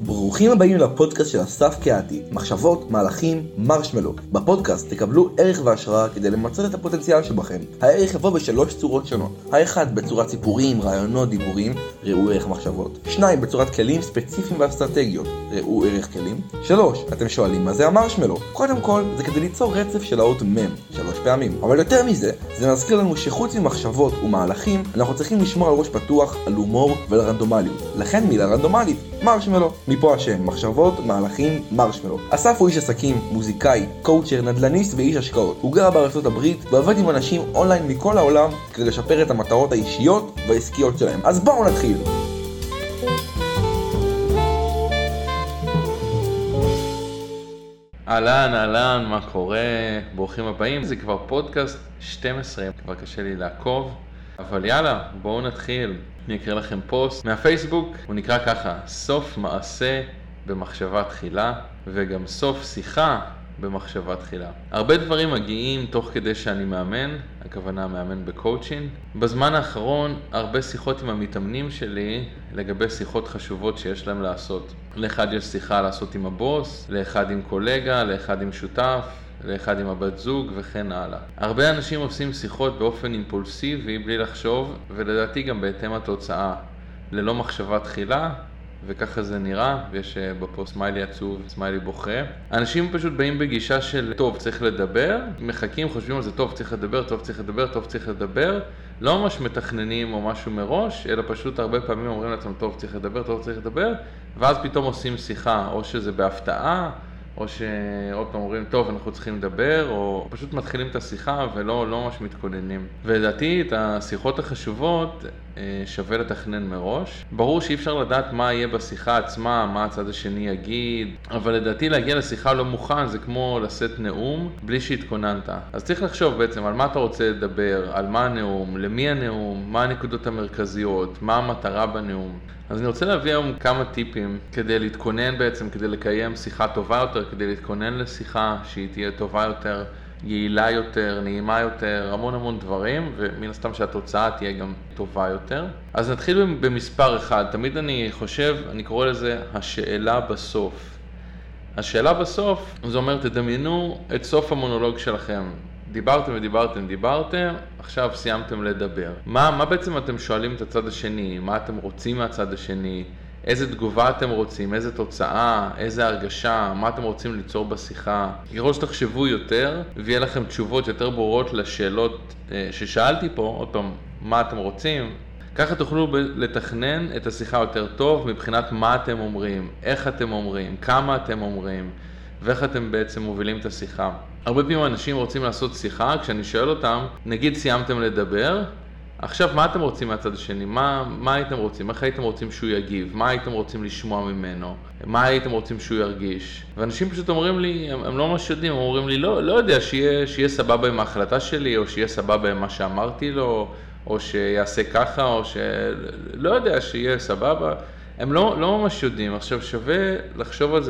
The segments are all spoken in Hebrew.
ברוכים הבאים לפודקאסט של אסף קהתי, מחשבות, מהלכים, מרשמלו. בפודקאסט תקבלו ערך והשראה כדי למצות את הפוטנציאל שבכם. הערך יבוא בשלוש צורות שונות. האחד בצורת סיפורים, רעיונות, דיבורים, ראו ערך מחשבות. 2 בצורת כלים ספציפיים ואסטרטגיות, ראו ערך כלים. 3 אתם שואלים מה זה המרשמלו? קודם כל זה כדי ליצור רצף של האות מם 3 פעמים. אבל יותר מזה, זה מזכיר לנו שחוץ ממחשבות ומהלכים, אנחנו צריכים לשמור על ראש פתוח, על הומור ועל רנדומליות. לכן מילה רנדומלית, מרשמלו. מפה השם, מחשבות, מהלכים, מרשמלו. אסף הוא איש עסקים, מוזיקאי, קואוצ'ר, נדל"ניסט ואיש השקעות. הוא גר בארצות הברית ועובד עם אנשים אונליין מכל העולם כדי לשפר את המטרות האישיות והעסקיות שלהם. אז בואו נתחיל. אהלן, מה קורה? ברוכים הבאים. זה כבר פודקאסט 12, כבר קשה לי לעקוב. אבל יאללה, בואו נתחיל. אני אקריא לכם פוסט מהפייסבוק, הוא נקרא ככה: סוף מעשה במחשבה תחילה, וגם סוף שיחה במחשבה תחילה. הרבה דברים מגיעים תוך כדי שאני מאמן, הכוונה מאמן בקואוצ'ינג. בזמן האחרון הרבה שיחות עם המתאמנים שלי לגבי שיחות חשובות שיש להם לעשות. לאחד יש שיחה לעשות עם הבוס, לאחד עם קולגה, לאחד עם שותף, לאחד עם הבת זוג וכן הלאה. הרבה אנשים עושים שיחות באופן אימפולסיבי בלי לחשוב, ולדעתי גם בהתאם התוצאה, ללא מחשבה תחילה, וככה זה נראה. ויש בפוסט סמיילי עצוב, סמיילי בוכה. אנשים פשוט באים בגישה של טוב, צריך לדבר, מחכים, חושבים על זה, טוב, צריך לדבר, לא ממש מתכננים או משהו מראש, אלא פשוט הרבה פעמים אומרים לעצמם, טוב, צריך לדבר, ואז פתאום עושים שיחה, או שזה בהפתעה, או שעוד פעם אומרים, טוב, אנחנו צריכים לדבר, או פשוט מתחילים את השיחה ולא ממש מתכוננים. ולדעתי, את השיחות החשובות שווה לתכנן מראש. ברור שאי אפשר לדעת מה יהיה בשיחה עצמה, מה הצד השני יגיד, אבל לדעתי להגיע לשיחה לא מוכן, זה כמו לשאת נאום בלי שהתכוננת. אז צריך לחשוב בעצם על מה אתה רוצה לדבר, על מה הנאום, למי הנאום, מה הנקודות המרכזיות, מה המטרה בנאום. אז אני רוצה להביא היום כמה טיפים כדי להתכונן בעצם, כדי לקיים שיחה טובה יותר, כדי להתכונן לשיחה שהיא תהיה טובה יותר, יעילה יותר, נעימה יותר, המון דברים, ומן הסתם שהתוצאה תהיה גם טובה יותר. אז נתחיל במספר אחד. תמיד אני קורא לזה השאלה בסוף. השאלה בסוף, זה אומר, תדמיינו את סוף המונולוג שלכם. דיברתם, עכשיו סיימתם לדבר. מה בעצם אתם שואלים את הצד השני? מה אתם רוצים מהצד השני? איזה תגובה אתם רוצים? איזה תוצאה? איזה הרגשה? מה אתם רוצים ליצור בשיחה? ככל שתחשבו יותר, ויהיה לכם תשובות יותר ברורות לשאלות ששאלתי פה, עוד פעם, מה אתם רוצים? ככה תוכלו לתכנן את השיחה יותר טוב מבחינת מה אתם אומרים, איך אתם אומרים, כמה אתם אומרים, ואיך אתם בעצם מובילים את השיחה. הרבה פעמים אנשים רוצים לעשות שיחה, כשאני שואל אותם, נגיד סיימתם לדבר, עכשיו מה אתם רוצים מהצד השני? מה הייתם רוצים? איך הייתם רוצים שהוא יגיב? מה הייתם רוצים לשמוע ממנו? מה הייתם רוצים שהוא ירגיש? ואנשים פשוט אומרים לי, הם לא ממש יודעים, הם אומרים לי, לא יודע, שיהיה סבבה עם ההחלטה שלי, או שיהיה סבבה עם מה שאמרתי לו, או שיעשה ככה, או לא יודע, שיהיה סבבה. הם לא ממש יודעים. עכשיו שווה לחשוב על זה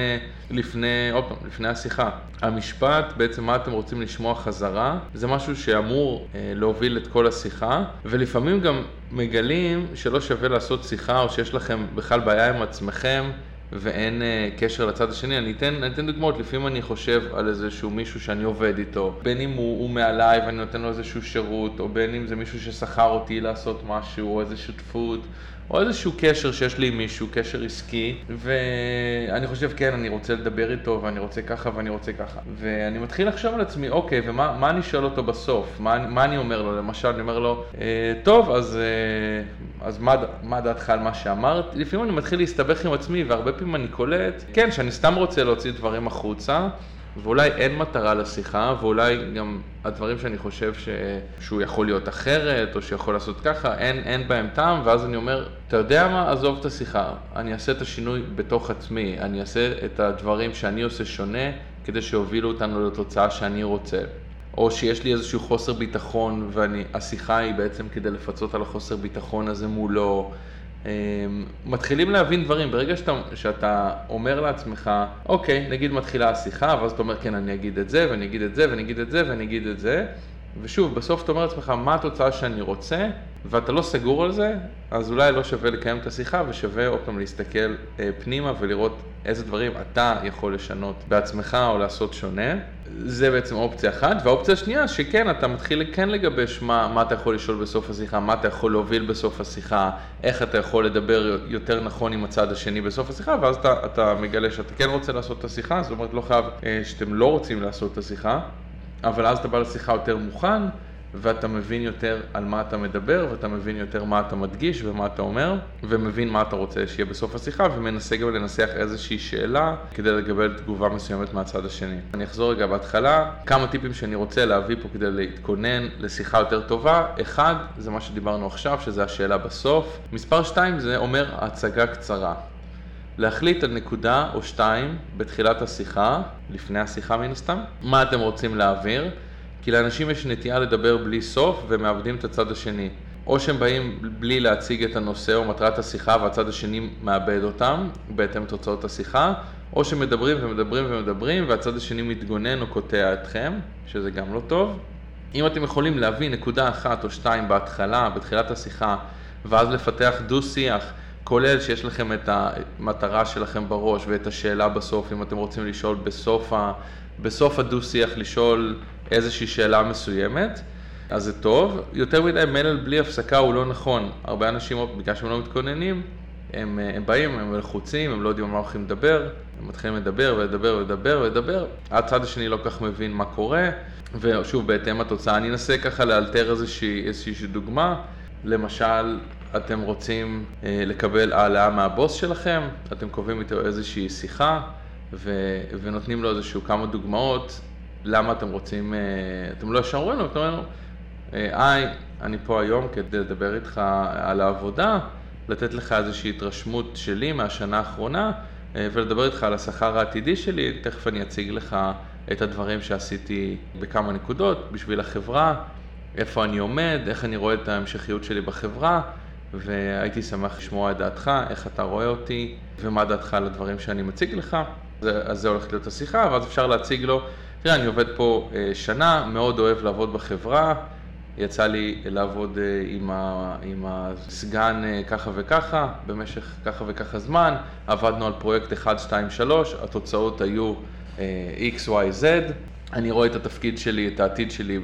לפני השיחה. המשפט, בעצם מה אתם רוצים לשמוע חזרה, זה משהו שאמור להוביל את כל השיחה, ולפעמים גם מגלים שלא שווה לעשות שיחה, או שיש לכם בכלל בעיה עם עצמכם, ואין קשר לצד השני. אני אתן דוגמאות. לפעמים אני חושב על איזשהו מישהו שאני עובד איתו, בין אם הוא מעליי ואני נותן לו איזשהו שירות, או בין אם זה מישהו ששכר אותי לעשות משהו, או איזו שותפות, או איזשהו קשר שיש לי עם מישהו, קשר עסקי, ואני חושב, כן, אני רוצה לדבר איתו, ואני רוצה ככה, ואני רוצה ככה. ואני מתחיל לחשוב על עצמי, אוקיי, ומה אני שואל אותו בסוף? מה אני אומר לו? למשל, אני אומר לו, טוב, אז מה דעתך על מה שאמרת? לפעמים אני מתחיל להסתבך עם עצמי, והרבה פעמים אני קולט, כן, שאני סתם רוצה להוציא דברים החוצה, ואולי אין מטרה לשיחה, ואולי גם הדברים שאני חושב שהוא יכול להיות אחרת, או שיכול לעשות ככה, אין בהם טעם, ואז אני אומר, אתה יודע מה? עזוב את השיחה, אני אעשה את השינוי בתוך עצמי, אני אעשה את הדברים שאני עושה שונה, כדי שיובילו אותנו לתוצאה שאני רוצה. או שיש לי איזשהו חוסר ביטחון, והשיחה היא בעצם כדי לפצות על החוסר ביטחון הזה מולו. מתחילים להבין דברים. ברגע שאתה אומר לעצמך, אוקיי, נגיד מתחילה השיחה, ואז אתה אומר, כן, אני אגיד את זה, ואני אגיד את זה, ואני אגיד את זה, ואני אגיד את זה, ושוב, בסוף אתה אומר לעצמך, מה התוצאה שאני רוצה, ואתה לא סגור על זה, אז אולי לא שווה לקיים את השיחה, ושווה עוד פעם להסתכל פנימה ולראות איזה דברים אתה יכול לשנות בעצמך או לעשות שונה. זה בעצם אופציה אחת, והאופציה השנייה שכן, אתה מתחיל כן לגבש מה אתה יכול לשאול בסוף השיחה, מה אתה יכול להוביל בסוף השיחה, איך אתה יכול לדבר יותר נכון עם הצד השני בסוף השיחה, ואז אתה מגלה שאתה כן רוצה לעשות את השיחה, זאת אומרת לא חייב שאתם לא רוצים לעשות את השיחה, אבל אז אתה בא לשיחה יותר מוכן, ואתה מבין יותר על מה אתה מדבר, ואתה מבין יותר מה אתה מדגיש ומה אתה אומר, ומבין מה אתה רוצה שיהיה בסוף השיחה, ומנסה גם לנסח איזושהי שאלה כדי לקבל תגובה מסוימת מהצד השני. אני אחזור רגע בהתחלה, כמה טיפים שאני רוצה להביא פה כדי להתכונן לשיחה יותר טובה. אחד, זה מה שדיברנו עכשיו, שזה השאלה בסוף. מספר 2, זה אומר הצגה קצרה. להחליט על נקודה או 2 בתחילת השיחה, לפני השיחה מן הסתם, מה אתם רוצים להעביר, כי לאנשים יש נטייה לדבר בלי סוף ומאבדים את הצד השני. או שהם באים בלי להציג את הנושא או מטרת השיחה והצד השני מאבד אותם בהתאם לתוצאות השיחה, או שמדברים ומדברים ומדברים והצד השני מתגונן או קוטע אתכם, שזה גם לא טוב. אם אתם יכולים להביא נקודה 1 או 2 בהתחלה, בתחילת השיחה, ואז לפתח דו-שיח, כולל שיש לכם את המטרה שלכם בראש ואת השאלה בסוף, אם אתם רוצים לשאול בסוף הדו-שיח, לשאול איזושהי שאלה מסוימת, אז זה טוב. יותר מדי מלל בלי הפסקה הוא לא נכון. הרבה אנשים, בגלל שהם לא מתכוננים, הם באים, הם לחוצים, הם לא יודעים מה הולכים לדבר, הם מתחילים לדבר ולדבר ולדבר ולדבר. הצד השני לא כך מבין מה קורה, ושוב, בהתאם התוצאה, אני אנסה ככה לאלתר איזושהי דוגמה. למשל, אתם רוצים לקבל העלאה מהבוס שלכם, אתם קובעים איתו איזושהי שיחה, ונותנים לו איזשהו כמה דוגמאות, למה אתם רוצים, אתם לא ישר אומרים לו, אתם אומרים לו, אני פה היום כדי לדבר איתך על העבודה, לתת לך איזושהי התרשמות שלי מהשנה האחרונה, ולדבר איתך על השכר העתידי שלי, תכף אני אציג לך את הדברים שעשיתי בכמה נקודות בשביל החברה, איפה אני עומד, איך אני רואה את ההמשכיות שלי בחברה, והייתי שמח לשמוע את דעתך, איך אתה רואה אותי, ומה דעתך על הדברים שאני מציג לך. אז זה הולך להיות השיחה, ואז אפשר להציג לו, תראה, אני עובד פה שנה, מאוד אוהב לעבוד בחברה, יצא לי לעבוד עם הסגן ככה וככה, במשך ככה וככה זמן, עבדנו על פרויקט 1, 2, 3, התוצאות היו X, Y, Z, אני רואה את התפקיד שלי, את העתיד שלי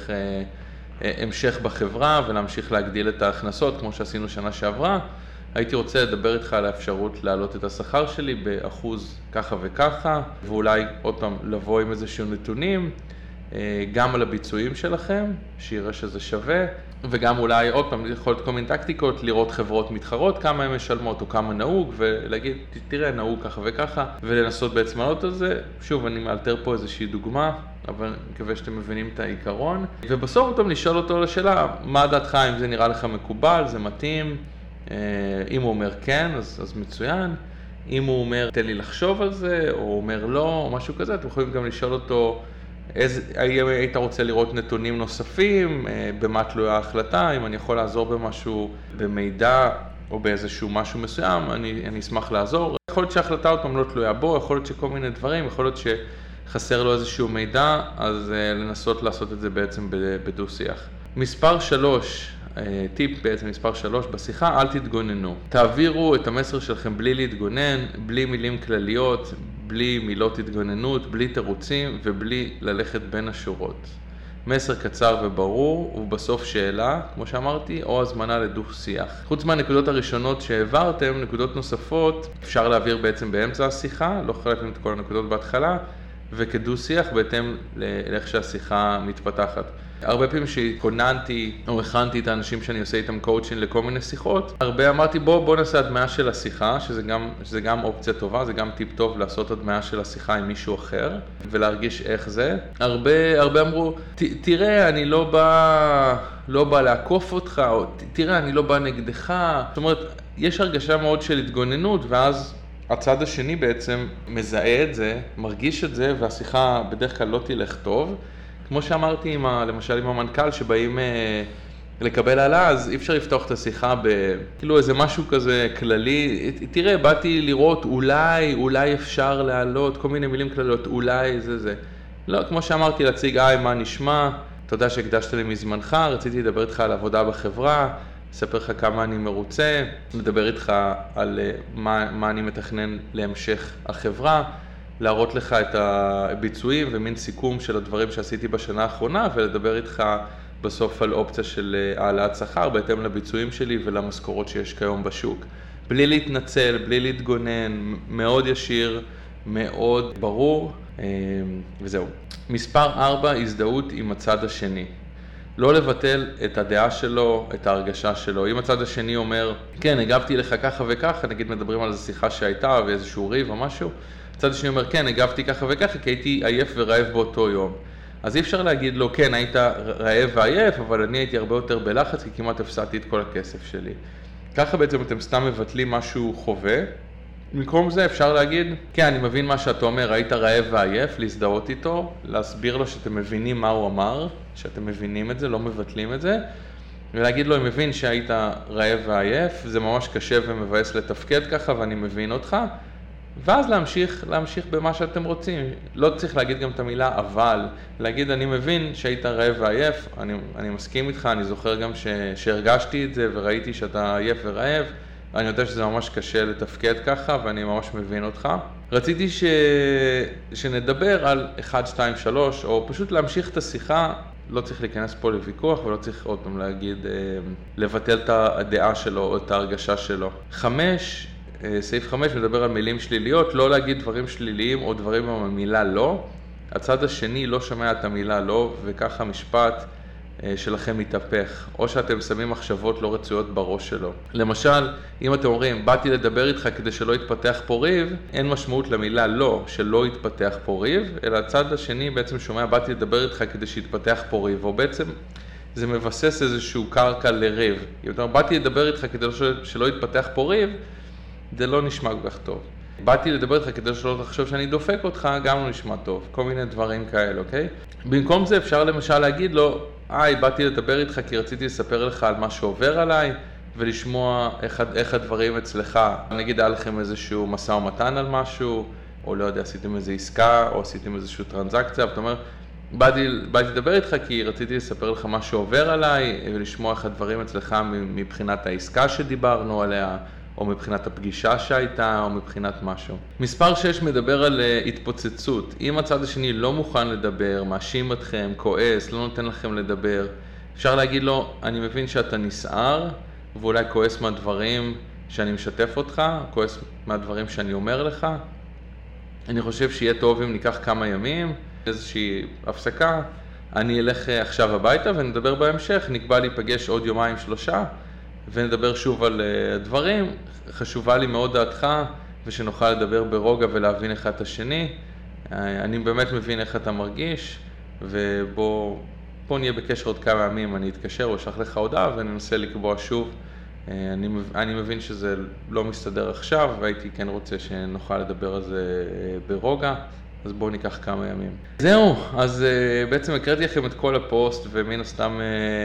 בהמשך בחברה, ולהמשיך להגדיל את ההכנסות, כמו שעשינו שנה שעברה. הייתי רוצה לדבר איתך על האפשרות להעלות את השכר שלי באחוז ככה וככה, ואולי עוד פעם לבוא עם איזשהו נתונים, גם על הביצועים שלכם, שיראה שזה שווה, וגם אולי עוד פעם יכול להיות כל מיני טקטיקות, לראות חברות מתחרות, כמה הן משלמות או כמה נהוג, ולהגיד, תראה, נהוג ככה וככה, ולנסות בעצם לעלות על זה. שוב, אני מאלתר פה איזושהי דוגמה, אבל אני מקווה שאתם מבינים את העיקרון. ובסוף אותם לשאול אותו לשאלה, מה דעתך, אם זה נראה לך מקובל, זה מתאים, אם הוא אומר כן, אז מצוין. אם הוא אומר, תן לי לחשוב על זה, או אומר לא, או משהו כזה, אתם יכולים גם לשאול אותו, היית רוצה לראות נתונים נוספים, במה תלויה ההחלטה, אם אני יכול לעזור במשהו, במידע, או באיזשהו משהו מסוים, אני אשמח לעזור. יכול להיות שההחלטה עוד פעם לא תלויה בו, יכול להיות שכל מיני דברים, יכול להיות שחסר לו איזשהו מידע, אז לנסות לעשות את זה בעצם בדו-שיח. מספר 3, טיפ בעצם מספר 3 בשיחה, אל תתגוננו. תעבירו את המסר שלכם בלי להתגונן, בלי מילים כלליות, בלי מילות התגוננות, בלי תירוצים ובלי ללכת בין השורות. מסר קצר וברור, ובסוף שאלה, כמו שאמרתי, או הזמנה לדו-שיח. חוץ מהנקודות הראשונות שהעברתם, נקודות נוספות אפשר להעביר בעצם באמצע השיחה, לא חייבים את כל הנקודות בהתחלה, וכדו-שיח בהתאם לאיך שהשיחה מתפתחת. הרבה פעמים שהתכוננתי או הכנתי את האנשים שאני עושה איתם קואוצ'ינג לכל מיני שיחות, הרבה אמרתי בוא נעשה הדמיה של השיחה, שזה גם אופציה טובה, זה גם טיפ טוב לעשות הדמיה של השיחה עם מישהו אחר ולהרגיש איך זה. הרבה אמרו, תראה, אני לא בא לעקוף אותך, או תראה, אני לא בא נגדך. זאת אומרת, יש הרגשה מאוד של התגוננות, ואז הצד השני בעצם מזהה את זה, מרגיש את זה, והשיחה בדרך כלל לא תלך טוב. כמו שאמרתי, למשל עם המנכ"ל שבאים לקבל העלאה, אז אי אפשר לפתוח את השיחה כאילו איזה משהו כזה כללי. תראה, באתי לראות אולי אפשר להעלות, כל מיני מילים כלליות, אולי זה. לא, כמו שאמרתי, להציג, מה נשמע, תודה שהקדשת לי מזמנך, רציתי לדבר איתך על עבודה בחברה, אספר לך כמה אני מרוצה, לדבר איתך על מה אני מתכנן להמשך החברה, להראות לך את הביצועים ומין סיכום של הדברים שעשיתי בשנה האחרונה, ולדבר איתך בסוף על אופציה של העלאת שכר בהתאם לביצועים שלי ולמשכורות שיש כיום בשוק. בלי להתנצל, בלי להתגונן, מאוד ישיר, מאוד ברור, וזהו. מספר 4, הזדהות עם הצד השני. לא לבטל את הדעה שלו, את ההרגשה שלו. אם הצד השני אומר, כן, הגבתי לך ככה וככה, נגיד מדברים על איזו שיחה שהייתה ואיזשהו ריב או משהו, הצד השני אומר, כן, הגבתי ככה וככה, כי הייתי עייף ורעב באותו יום. אז אי אפשר להגיד לו, כן, היית רעב ועייף, אבל אני הייתי הרבה יותר בלחץ, כי כמעט הפסדתי את כל הכסף שלי. ככה בעצם אתם סתם מבטלים משהו חווה. במקום זה אפשר להגיד, כן, אני מבין מה שאתה אומר, היית רעב ועייף, להזדהות איתו, להסביר לו שאתם מבינים מה הוא אמר, שאתם מבינים את זה, לא מבטלים את זה, ולהגיד לו, אני מבין שהיית רעב ועייף, זה ממש קשה ומבאס לתפקד ככה, ואני מבין אותך, ואז להמשיך במה שאתם רוצים. לא צריך להגיד גם את המילה אבל, להגיד אני מבין שהיית רעב ועייף, אני מסכים איתך, אני זוכר גם שהרגשתי את זה וראיתי שאתה עייף ורעב, אני יודע שזה ממש קשה לתפקד ככה ואני ממש מבין אותך. רציתי שנדבר על 1, 2, 3 או פשוט להמשיך את השיחה, לא צריך להיכנס פה לוויכוח ולא צריך עוד פעם להגיד, לבטל את הדעה שלו או את ההרגשה שלו. 5, סעיף 5 מדבר על מילים שליליות, לא להגיד דברים שליליים או דברים עם המילה לא. הצד השני לא שומע את המילה לא, וככה המשפט שלכם מתהפך, או שאתם שמים מחשבות לא רצויות בראש שלו. למשל, אם אתם אומרים, באתי לדבר איתך כדי שלא יתפתח פה ריב, אין משמעות למילה לא, שלא יתפתח פה ריב, אלא הצד השני בעצם שומע, באתי לדבר איתך כדי שיתפתח פה ריב, או בעצם זה מבסס איזשהו קרקע לריב. אם אתם אומרים, באתי לדבר איתך כדי שלא יתפתח פה ריב, זה לא נשמע כל כך טוב. באתי לדבר איתך כדי שלא תחשוב שאני דופק אותך, גם לא נשמע טוב. כל מיני דברים כאלה, אוקיי? במקום זה אפשר למשל להגיד לו, באתי לדבר איתך כי רציתי לספר לך על מה שעובר עליי, ולשמוע איך הדברים אצלך. נגיד, היה לכם איזשהו משא ומתן על משהו, או לא יודע, עשיתם איזו עסקה, או עשיתם איזושהי טרנזקציה, ואתה אומר, באתי לדבר איתך כי רציתי לספר לך מה שעובר עליי, ולשמוע איך הדברים אצלך מבחינת העסקה שדיברנו עליה, או מבחינת הפגישה שהייתה, או מבחינת משהו. מספר 6 מדבר על התפוצצות. אם הצד השני לא מוכן לדבר, מאשים אתכם, כועס, לא נותן לכם לדבר, אפשר להגיד לו, אני מבין שאתה נסער, ואולי כועס מהדברים שאני משתף אותך, כועס מהדברים שאני אומר לך. אני חושב שיהיה טוב אם ניקח כמה ימים, איזושהי הפסקה, אני אלך עכשיו הביתה ונדבר בהמשך, נקבע להיפגש עוד 2-3, ונדבר שוב על דברים. חשובה לי מאוד דעתך, ושנוכל לדבר ברוגע ולהבין אחד את השני. אני באמת מבין איך אתה מרגיש, ובוא נהיה בקשר עוד כמה ימים, אני אתקשר או אשלח לך הודעה וננסה לקבוע שוב. אני מבין שזה לא מסתדר עכשיו, והייתי כן רוצה שנוכל לדבר על זה ברוגע, אז בואו ניקח כמה ימים. זהו, אז בעצם הקראתי לכם את כל הפוסט, ומן הסתם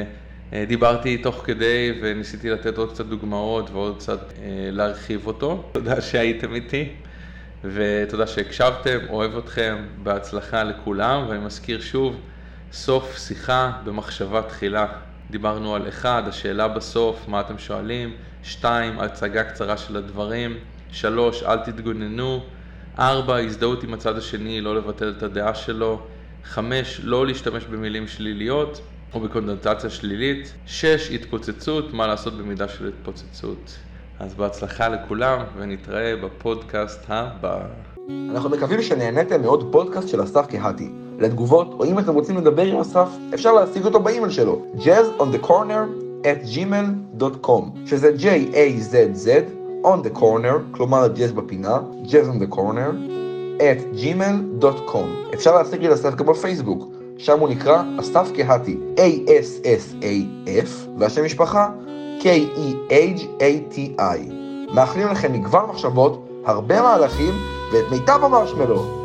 דיברתי תוך כדי וניסיתי לתת עוד קצת דוגמאות ועוד קצת להרחיב אותו. תודה שהייתם איתי ותודה שהקשבתם, אוהב אתכם, בהצלחה לכולם, ואני מזכיר שוב, סוף שיחה במחשבה תחילה. דיברנו על 1, השאלה בסוף, מה אתם שואלים, 2, הצגה קצרה של הדברים, 3, אל תתגוננו, 4, הזדהות עם הצד השני, לא לבטל את הדעה שלו, 5, לא להשתמש במילים שליליות, או בקונדנטציה שלילית. 6, התפוצצות, מה לעשות במידה של התפוצצות. אז בהצלחה לכולם, ונתראה בפודקאסט הבא. אנחנו מקווים שנהניתם מעוד פודקאסט של אסף קהתי. לתגובות, או אם אתם רוצים לדבר עם אסף, אפשר להשיג אותו באימייל שלו, jazzonthecorner@gmail.com, שזה JAZZ on the corner, כלומר ג'אז בפינה, jazzonthecorner@gmail.com. אפשר להשיג לי לאסף גם בפייסבוק, שם הוא נקרא אסף קהתי, ASSAF, והשם משפחה KEHATI. מאחלים לכם מגוון מחשבות, הרבה מהלכים, ואת מיטב המרשמלו.